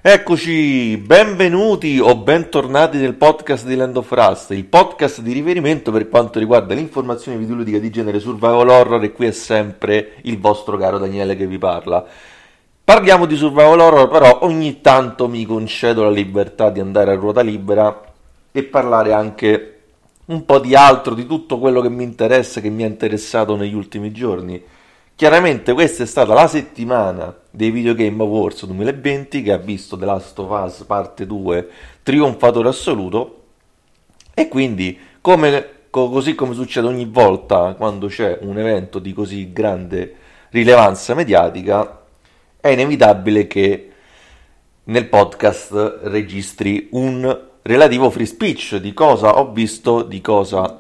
Eccoci, benvenuti o bentornati nel podcast di Land of Rust, il podcast di riferimento per quanto riguarda l'informazione videoludica di genere survival horror, e qui è sempre il vostro caro Daniele che vi parla. Parliamo di survival horror, però ogni tanto mi concedo la libertà di andare a ruota libera e parlare anche un po' di altro, di tutto quello che mi interessa, che mi è interessato negli ultimi giorni. Chiaramente questa è stata la settimana dei Video Game Awards 2020 che ha visto The Last of Us parte 2 trionfatore assoluto, e quindi così come succede ogni volta quando c'è un evento di così grande rilevanza mediatica, è inevitabile che nel podcast registri un relativo free speech di cosa ho visto, di cosa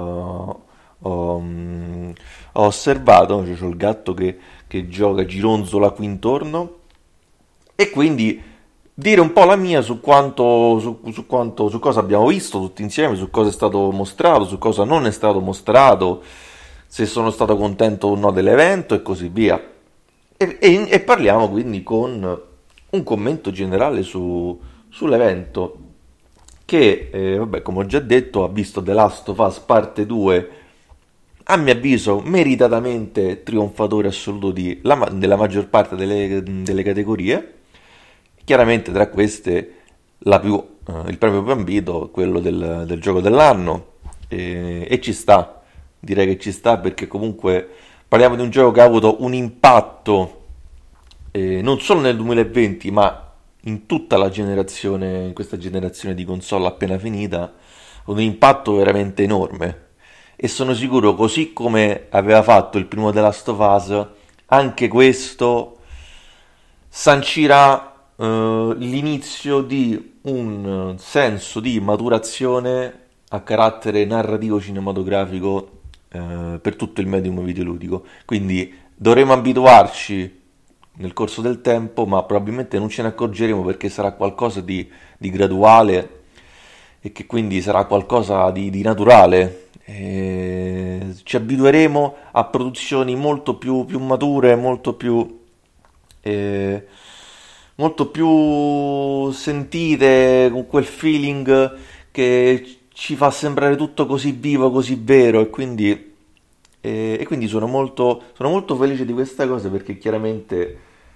ho osservato. C'ho il gatto che gioca, gironzola qui intorno, e quindi dire un po' la mia su su cosa abbiamo visto tutti insieme, su cosa è stato mostrato, su cosa non è stato mostrato, se sono stato contento o no dell'evento e così via. E parliamo quindi con un commento generale sull'evento che, vabbè, come ho già detto, ha visto The Last of Us parte 2, a mio avviso meritatamente trionfatore assoluto della maggior parte delle categorie. Chiaramente tra queste il premio più ambito è quello del gioco dell'anno, e ci sta, direi che ci sta, perché comunque parliamo di un gioco che ha avuto un impatto non solo nel 2020 ma in tutta la generazione, in questa generazione di console appena finita, un impatto veramente enorme. E sono sicuro, così come aveva fatto il primo The Last of Us, anche questo sancirà l'inizio di un senso di maturazione a carattere narrativo cinematografico per tutto il medium videoludico. Quindi dovremo abituarci nel corso del tempo, ma probabilmente non ce ne accorgeremo, perché sarà qualcosa di graduale, e che quindi sarà qualcosa di naturale. Ci abitueremo a produzioni molto più mature, eh, molto più sentite, con quel feeling che ci fa sembrare tutto così vivo, così vero, e quindi sono molto felice di questa cosa, perché chiaramente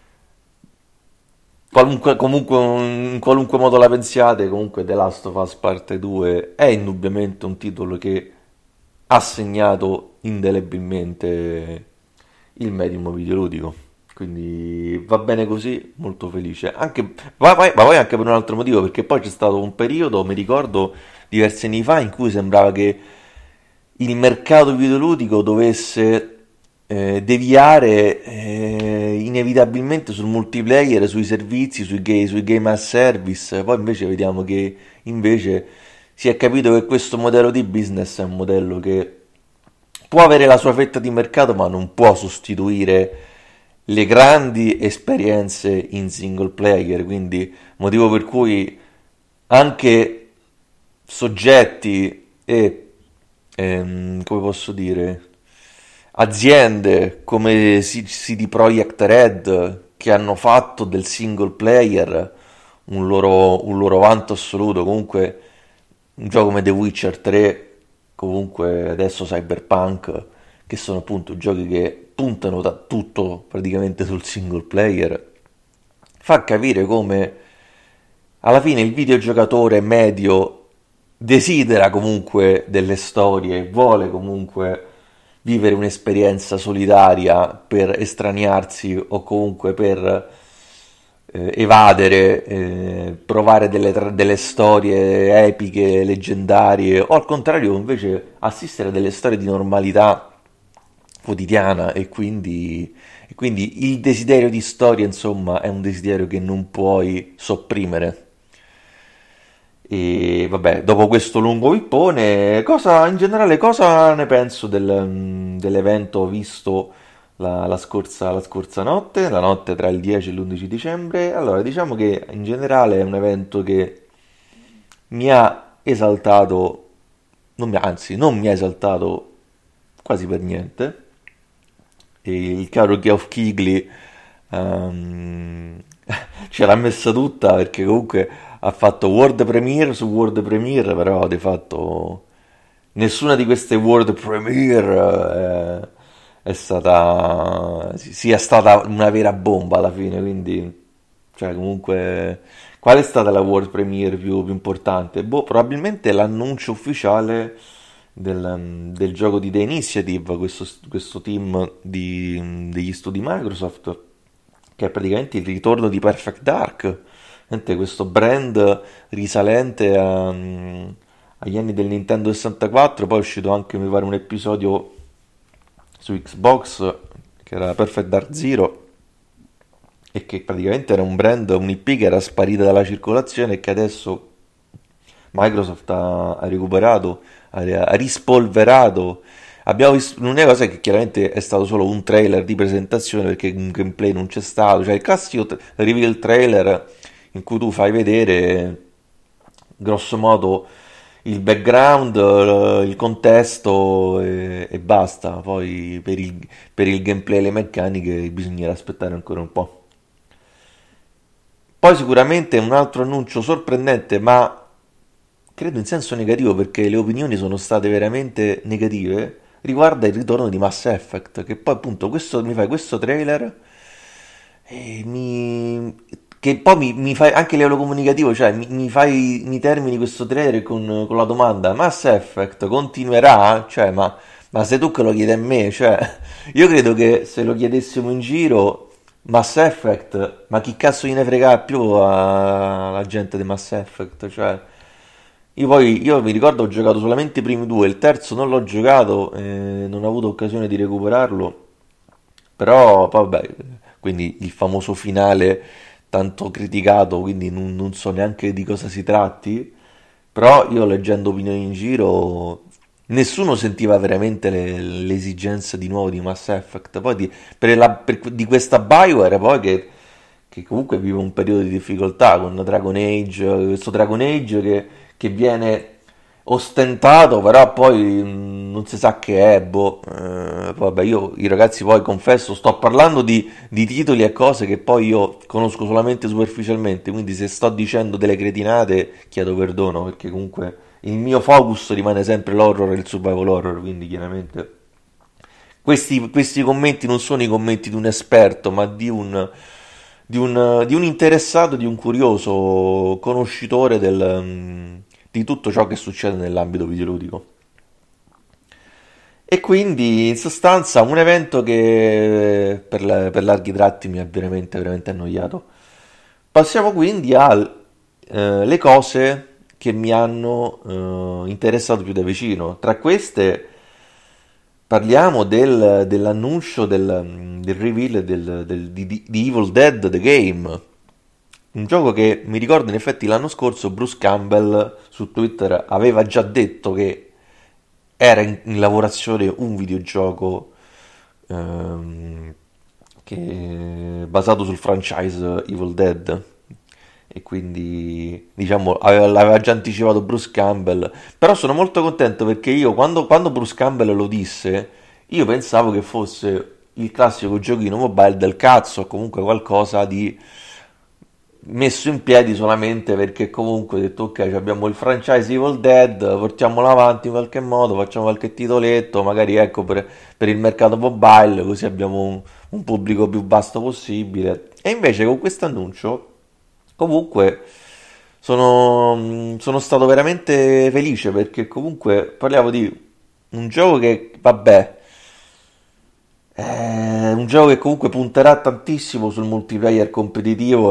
comunque, in qualunque modo la pensiate, comunque The Last of Us parte 2 è indubbiamente un titolo che ha segnato indelebilmente il medium videoludico. Quindi va bene così, molto felice. Ma poi anche per un altro motivo, perché poi c'è stato un periodo, mi ricordo, diversi anni fa, in cui sembrava che il mercato videoludico dovesse deviare inevitabilmente sul multiplayer, sui servizi, sui game as service. Poi invece vediamo che invece si è capito che questo modello di business è un modello che può avere la sua fetta di mercato, ma non può sostituire le grandi esperienze in single player. Quindi motivo per cui anche soggetti e come posso dire, aziende come CD Projekt Red, che hanno fatto del single player un loro vanto assoluto. Comunque un gioco come The Witcher 3, comunque adesso Cyberpunk, che sono appunto giochi che puntano da tutto praticamente sul single player, fa capire come alla fine il videogiocatore medio desidera comunque delle storie, vuole comunque vivere un'esperienza solitaria per estraniarsi, o comunque per evadere, provare delle storie epiche, leggendarie, o al contrario invece assistere a delle storie di normalità quotidiana. E quindi il desiderio di storia, insomma, è un desiderio che non puoi sopprimere. E vabbè, dopo questo lungo pippone, in generale, cosa ne penso dell'evento visto la scorsa notte, la notte tra il 10 e l'11 dicembre? Allora, diciamo che in generale è un evento che mi ha esaltato, anzi, non mi ha esaltato quasi per niente. E il caro Geoff Keighley, ce l'ha messa tutta perché comunque ha fatto World Premiere su World Premiere, però di fatto nessuna di queste World Premiere sia stata una vera bomba alla fine, quindi cioè comunque qual è stata la World Premiere più importante? Boh, probabilmente l'annuncio ufficiale del gioco di The Initiative, questo team degli studi Microsoft, che è praticamente il ritorno di Perfect Dark, questo brand risalente agli anni del Nintendo 64, poi è uscito anche, mi pare, un episodio su Xbox che era Perfect Dark Zero e che praticamente era un brand, un IP che era sparita dalla circolazione e che adesso Microsoft ha recuperato, ha rispolverato. Abbiamo visto l'unica cosa è che chiaramente è stato solo un trailer di presentazione perché un gameplay non c'è stato, cioè il classico reveal trailer in cui tu fai vedere grosso modo il background, il contesto e basta. Poi per il gameplay e le meccaniche bisognerà aspettare ancora un po'. Poi sicuramente un altro annuncio sorprendente, ma credo in senso negativo perché le opinioni sono state veramente negative, riguarda il ritorno di Mass Effect, che poi appunto mi fai questo trailer e che poi mi fai anche a livello comunicativo, cioè mi termini questo trailer con la domanda Mass Effect continuerà? Cioè, ma sei tu che lo chiedi a me? Cioè, io credo che se lo chiedessimo in giro Mass Effect, ma chi cazzo gliene frega più alla gente di Mass Effect? Cioè, io mi ricordo ho giocato solamente i primi due, il terzo non l'ho giocato, non ho avuto occasione di recuperarlo, però vabbè, quindi il famoso finale tanto criticato, quindi non so neanche di cosa si tratti, però io leggendo opinioni in giro, nessuno sentiva veramente l'esigenza di nuovo di Mass Effect, poi di questa BioWare poi che comunque vive un periodo di difficoltà con Dragon Age, questo Dragon Age che viene ostentato, però poi non si sa che è, boh. Vabbè, io i ragazzi poi confesso, sto parlando di titoli e cose che poi io conosco solamente superficialmente, quindi se sto dicendo delle cretinate chiedo perdono, perché comunque il mio focus rimane sempre l'horror e il survival horror, quindi chiaramente questi commenti non sono i commenti di un esperto, ma di un interessato, di un curioso conoscitore di tutto ciò che succede nell'ambito videoludico. E quindi, in sostanza, un evento che per larghi tratti mi ha veramente, veramente annoiato. Passiamo quindi alle cose che mi hanno interessato più da vicino. Tra queste parliamo dell'annuncio del reveal di Evil Dead The Game, un gioco che mi ricordo in effetti l'anno scorso Bruce Campbell su Twitter aveva già detto che era in lavorazione un videogioco ehm, basato sul franchise Evil Dead e quindi diciamo l'aveva già anticipato Bruce Campbell, però sono molto contento perché io quando Bruce Campbell lo disse io pensavo che fosse il classico giochino mobile del cazzo o comunque qualcosa di messo in piedi solamente perché comunque ho detto ok, abbiamo il franchise Evil Dead, portiamolo avanti in qualche modo, facciamo qualche titoletto, magari ecco per il mercato mobile, così abbiamo un pubblico più vasto possibile. E invece con questo annuncio comunque sono stato veramente felice perché comunque parliamo di un gioco che, vabbè, è un gioco che comunque punterà tantissimo sul multiplayer competitivo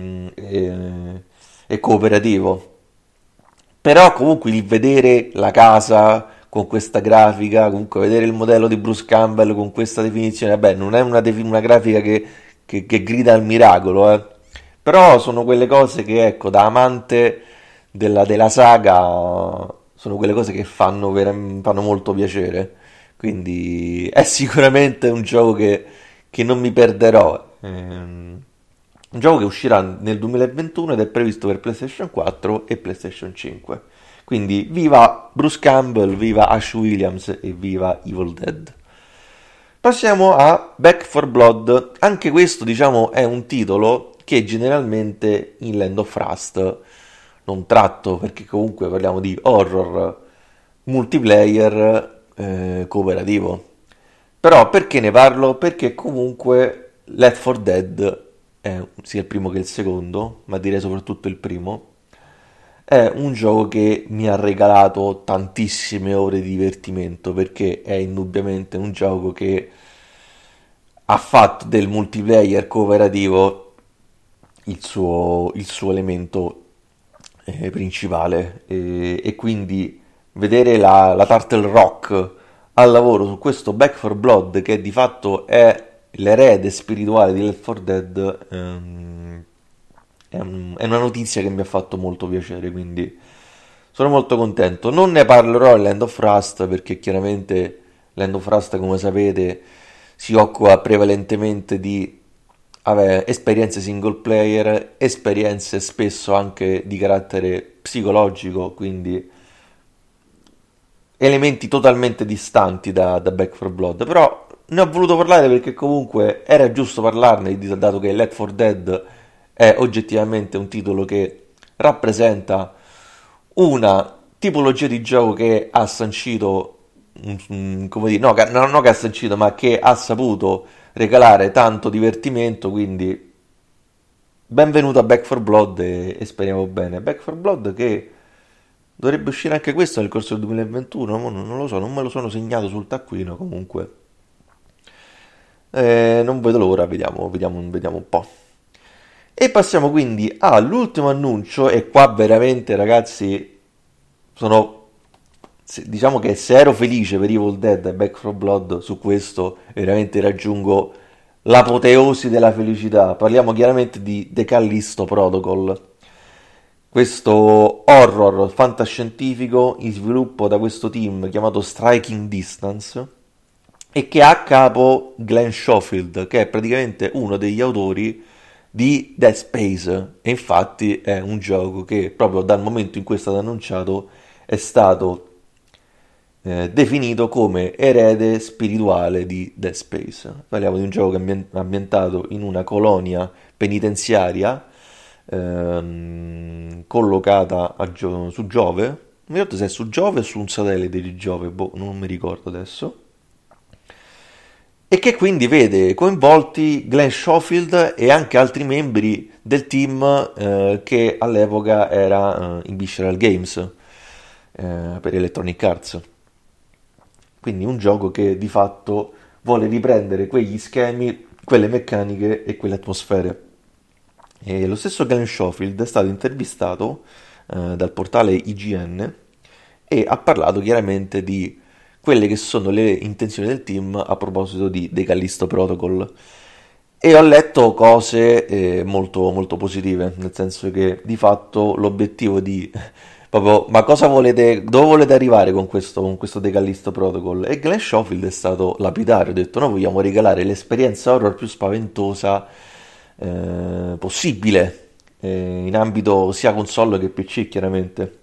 e cooperativo. Però comunque il vedere la casa con questa grafica, comunque vedere il modello di Bruce Campbell con questa definizione, vabbè, non è una grafica che grida al miracolo, eh. Però sono quelle cose che, ecco, da amante della saga, sono quelle cose che fanno molto piacere. Quindi è sicuramente un gioco che non mi perderò. Un gioco che uscirà nel 2021 ed è previsto per PlayStation 4 e PlayStation 5. Quindi viva Bruce Campbell, viva Ash Williams e viva Evil Dead. Passiamo a Back 4 Blood. Anche questo, diciamo, è un titolo che generalmente in Land of Rust non tratto, perché comunque parliamo di horror multiplayer cooperativo. Però perché ne parlo? Perché comunque Left 4 Dead, sia il primo che il secondo, ma direi soprattutto il primo, è un gioco che mi ha regalato tantissime ore di divertimento, perché è indubbiamente un gioco che ha fatto del multiplayer cooperativo il suo elemento principale, e quindi vedere la Turtle Rock al lavoro su questo Back 4 Blood, che di fatto è l'erede spirituale di Left 4 Dead, è una notizia che mi ha fatto molto piacere, quindi sono molto contento. Non ne parlerò in Land of Rust, perché chiaramente Land of Rust, come sapete, si occupa prevalentemente di esperienze single player, esperienze spesso anche di carattere psicologico, quindi elementi totalmente distanti da Back 4 Blood. Però ne ho voluto parlare perché comunque era giusto parlarne, dato che Left 4 Dead è oggettivamente un titolo che rappresenta una tipologia di gioco che ha sancito, come dire, no, non che ha sancito, ma che ha saputo regalare tanto divertimento, quindi benvenuto a Back 4 Blood, e speriamo bene. Back 4 Blood che dovrebbe uscire anche questo nel corso del 2021, non lo so, non me lo sono segnato sul taccuino, comunque. Non vedo l'ora, vediamo un po'. E passiamo quindi all'ultimo annuncio, e qua veramente ragazzi diciamo che se ero felice per Evil Dead e Back 4 Blood, su questo veramente raggiungo l'apoteosi della felicità. Parliamo chiaramente di The Callisto Protocol, questo horror fantascientifico in sviluppo da questo team chiamato Striking Distance, e che ha a capo Glenn Schofield, che è praticamente uno degli autori di Dead Space. E infatti è un gioco che proprio dal momento in cui è stato annunciato è stato definito come erede spirituale di Dead Space. Parliamo di un gioco che è ambientato in una colonia penitenziaria collocata su Giove. Non mi ricordo se è su Giove o su un satellite di Giove, non mi ricordo adesso. E che quindi vede coinvolti Glenn Schofield e anche altri membri del team che all'epoca era in Visceral Games per Electronic Arts. Quindi un gioco che di fatto vuole riprendere quegli schemi, quelle meccaniche e quelle atmosfere. E lo stesso Glenn Schofield è stato intervistato dal portale IGN e ha parlato chiaramente di quelle che sono le intenzioni del team a proposito di The Callisto Protocol. E ho letto cose molto, molto positive, nel senso che di fatto l'obiettivo di proprio, ma cosa volete, dove volete arrivare con questo The Callisto Protocol? E Glenn Schofield è stato lapidario, ha detto: noi vogliamo regalare l'esperienza horror più spaventosa possibile, in ambito sia console che PC chiaramente.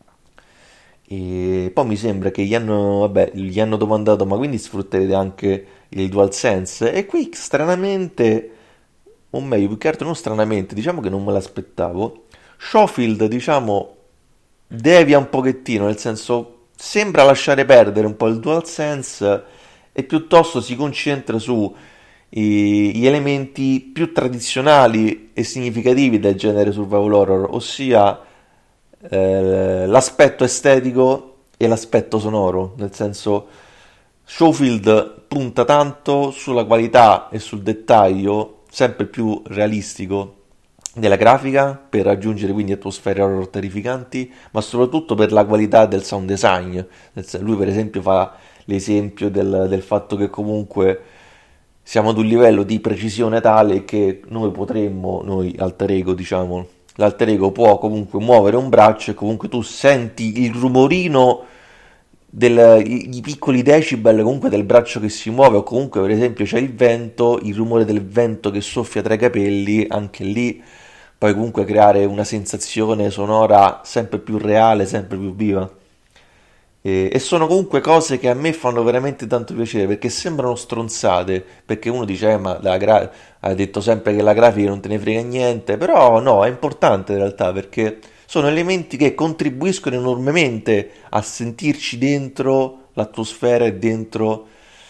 E poi mi sembra che gli hanno domandato: ma quindi sfrutterete anche il DualSense? E qui stranamente, o meglio, più che altro non stranamente, diciamo che non me l'aspettavo, Schofield, diciamo, devia un pochettino, nel senso sembra lasciare perdere un po' il DualSense e piuttosto si concentra su gli elementi più tradizionali e significativi del genere survival horror, ossia l'aspetto estetico e l'aspetto sonoro, nel senso Schofield punta tanto sulla qualità e sul dettaglio sempre più realistico della grafica per raggiungere quindi atmosfere horror terrificanti, ma soprattutto per la qualità del sound design. Lui per esempio fa l'esempio del fatto che comunque siamo ad un livello di precisione tale che noi alter ego, diciamo, l'alter ego può comunque muovere un braccio e comunque tu senti il rumorino i piccoli decibel comunque del braccio che si muove, o comunque per esempio c'è il vento, il rumore del vento che soffia tra i capelli, anche lì puoi comunque creare una sensazione sonora sempre più reale, sempre più viva. E sono comunque cose che a me fanno veramente tanto piacere perché sembrano stronzate, perché uno dice, ma hai detto sempre che la grafica non te ne frega niente, però no, è importante in realtà perché sono elementi che contribuiscono enormemente a sentirci dentro l'atmosfera e dentro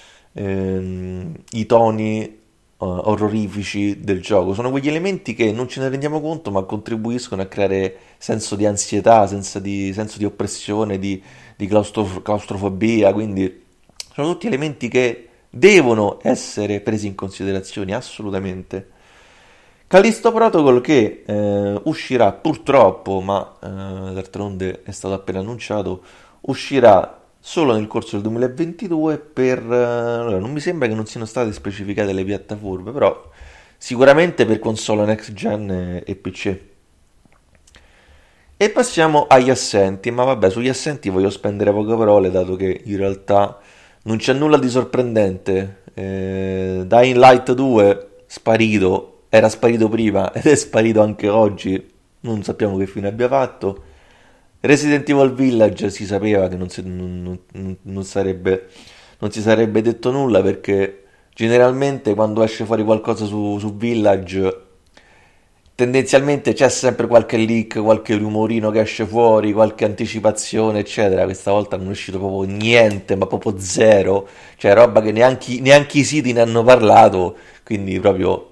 i toni orrorifici del gioco. Sono quegli elementi che non ce ne rendiamo conto, ma contribuiscono a creare senso di ansietà, senso di oppressione, di claustrofobia. Quindi sono tutti elementi che devono essere presi in considerazione assolutamente. Callisto Protocol che uscirà purtroppo, ma d'altronde è stato appena annunciato, uscirà solo nel corso del 2022 allora, non mi sembra che non siano state specificate le piattaforme, però sicuramente per console next gen e PC. E passiamo agli assenti, ma vabbè, sugli assenti voglio spendere poche parole, dato che in realtà non c'è nulla di sorprendente. Dying Light 2, sparito, era sparito prima ed è sparito anche oggi, non sappiamo che fine abbia fatto. Resident Evil Village si sapeva che non si sarebbe detto nulla perché generalmente quando esce fuori qualcosa su Village tendenzialmente c'è sempre qualche leak, qualche rumorino che esce fuori, qualche anticipazione, eccetera. Questa volta non è uscito proprio niente, ma proprio zero. Cioè, roba che neanche i siti ne hanno parlato, quindi proprio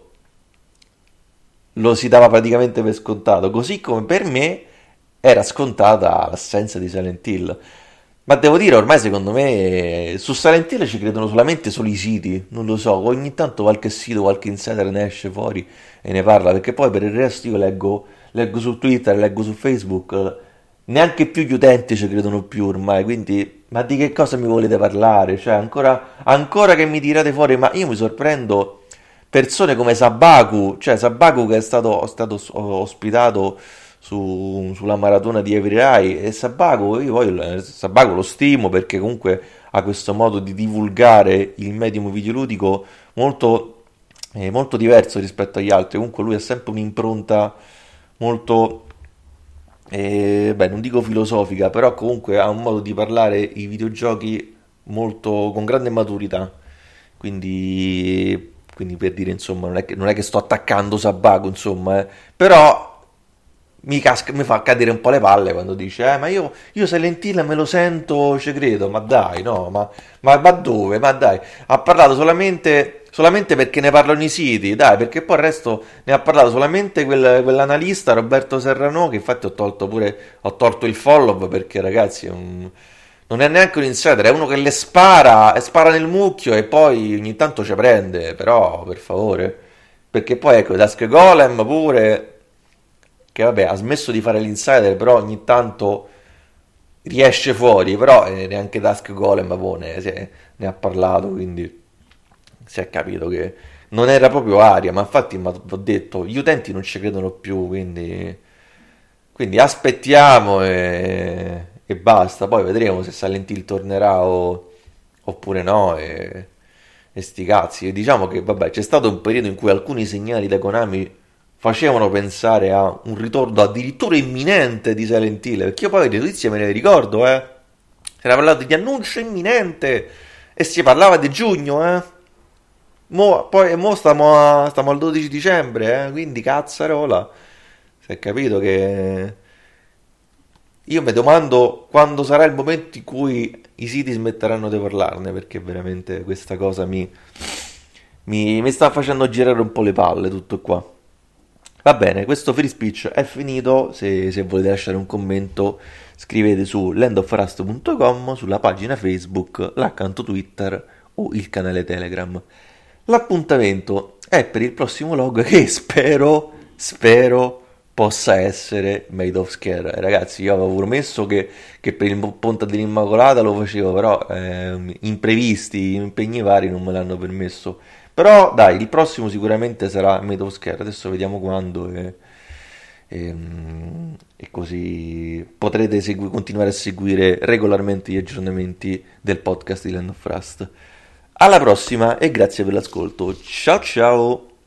lo si dava praticamente per scontato. Così come per me era scontata l'assenza di Silent Hill. Ma devo dire, ormai secondo me su Silent Hill ci credono solamente solo i siti, non lo so, ogni tanto qualche sito, qualche insider ne esce fuori e ne parla, perché poi per il resto io leggo su Twitter, leggo su Facebook, neanche più gli utenti ci credono più ormai, quindi ma di che cosa mi volete parlare? Cioè ancora che mi tirate fuori, ma io mi sorprendo persone come Sabaku, cioè Sabaku che è stato ospitato sulla maratona di Every Eye e Sabaku, Sabaku lo stimo perché comunque ha questo modo di divulgare il medium videoludico molto diverso rispetto agli altri. Comunque lui ha sempre un'impronta molto, beh, non dico filosofica, però comunque ha un modo di parlare i videogiochi molto con grande maturità. Quindi per dire, insomma, non è che sto attaccando Sabaku, insomma, però mi fa cadere un po' le palle quando dice, ma io Silent Hill me lo sento, ci credo, ma dai, no, ma dove? Ma dai, ha parlato solamente perché ne parlano i siti, dai, perché poi il resto ne ha parlato solamente quell'analista Roberto Serrano, che infatti ho tolto il follow perché ragazzi non è neanche un insider, è uno che le spara e spara nel mucchio e poi ogni tanto ci prende, però per favore, perché poi ecco, Dusk Golem pure che vabbè ha smesso di fare l'insider, però ogni tanto riesce fuori, però neanche Dusk Golem ne ha parlato, quindi si è capito che non era proprio aria, ma infatti mi ho detto, gli utenti non ci credono più, quindi aspettiamo e basta, poi vedremo se Silent Hill tornerà oppure no e sti cazzi. Diciamo che vabbè c'è stato un periodo in cui alcuni segnali da Konami facevano pensare a un ritorno addirittura imminente di Silent Hill, perché io poi le notizie me le ricordo, si era parlato di annuncio imminente e si parlava di giugno, mo stiamo al 12 dicembre, quindi cazzarola. Si è capito che io mi domando quando sarà il momento in cui i siti smetteranno di parlarne, perché veramente questa cosa mi sta facendo girare un po' le palle tutto qua. Va bene, questo free speech è finito. Se volete lasciare un commento, scrivete su landofrust.com, sulla pagina Facebook, l'account Twitter o il canale Telegram. L'appuntamento è per il prossimo log che spero possa essere Made of Scare. Ragazzi, io avevo promesso che per il Ponte dell'Immacolata lo facevo, però imprevisti, impegni vari non me l'hanno permesso. Però dai, il prossimo sicuramente sarà Made of Scare, adesso vediamo quando e così potrete continuare a seguire regolarmente gli aggiornamenti del podcast di Land of Rust. Alla prossima e grazie per l'ascolto. Ciao ciao!